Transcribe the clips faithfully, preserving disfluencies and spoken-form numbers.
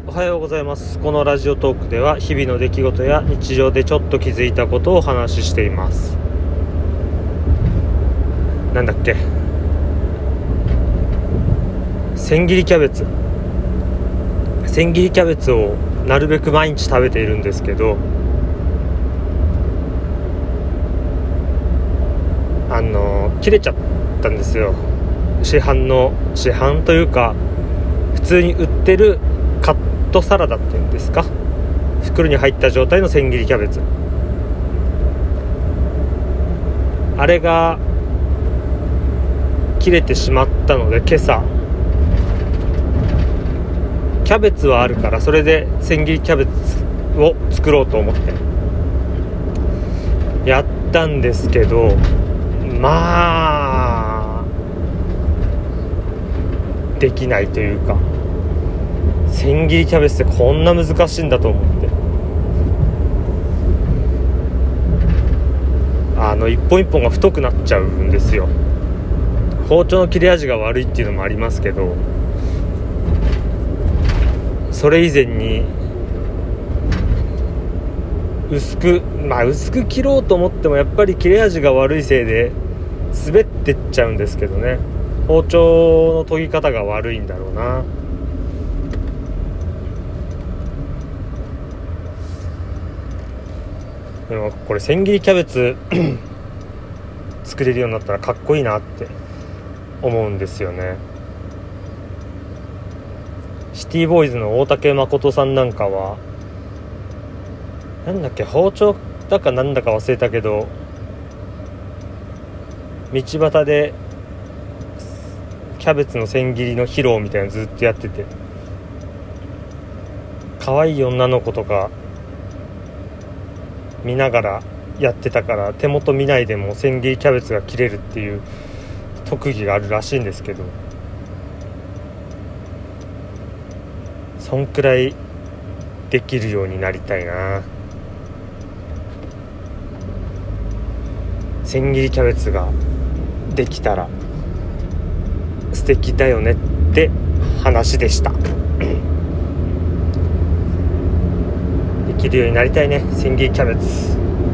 おはようございます。このラジオトークでは日々の出来事や日常でちょっと気づいたことをお話ししています。なんだっけ千切りキャベツ千切りキャベツをなるべく毎日食べているんですけど、あの切れちゃったんですよ。市販の市販というか普通に売ってるカットサラダっていうんですか、袋に入った状態の千切りキャベツ、あれが切れてしまったので、今朝キャベツはあるからそれで千切りキャベツを作ろうと思ってやったんですけど、まあできないというか、千切りキャベツってこんな難しいんだと思って、あの一本一本が太くなっちゃうんですよ。包丁の切れ味が悪いっていうのもありますけど、それ以前に薄くまあ薄く切ろうと思ってもやっぱり切れ味が悪いせいで滑ってっちゃうんですけどね。包丁の研ぎ方が悪いんだろうな。でもこれ千切りキャベツ作れるようになったらかっこいいなって思うんですよね。シティボーイズの大竹誠さんなんかはなんだっけ、包丁だかなんだか忘れたけど、道端でキャベツの千切りの披露みたいなのずっとやってて、可愛い女の子とか見ながらやってたから、手元見ないでも千切りキャベツが切れるっていう特技があるらしいんですけど、そんくらいできるようになりたいな。千切りキャベツができたら素敵だよねって話でした。できるようになりたいね、千切りキャベツ。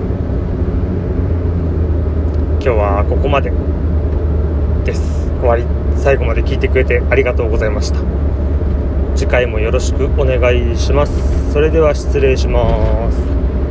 今日はここまでです。終わり。最後まで聞いてくれてありがとうございました。次回もよろしくお願いします。それでは失礼します。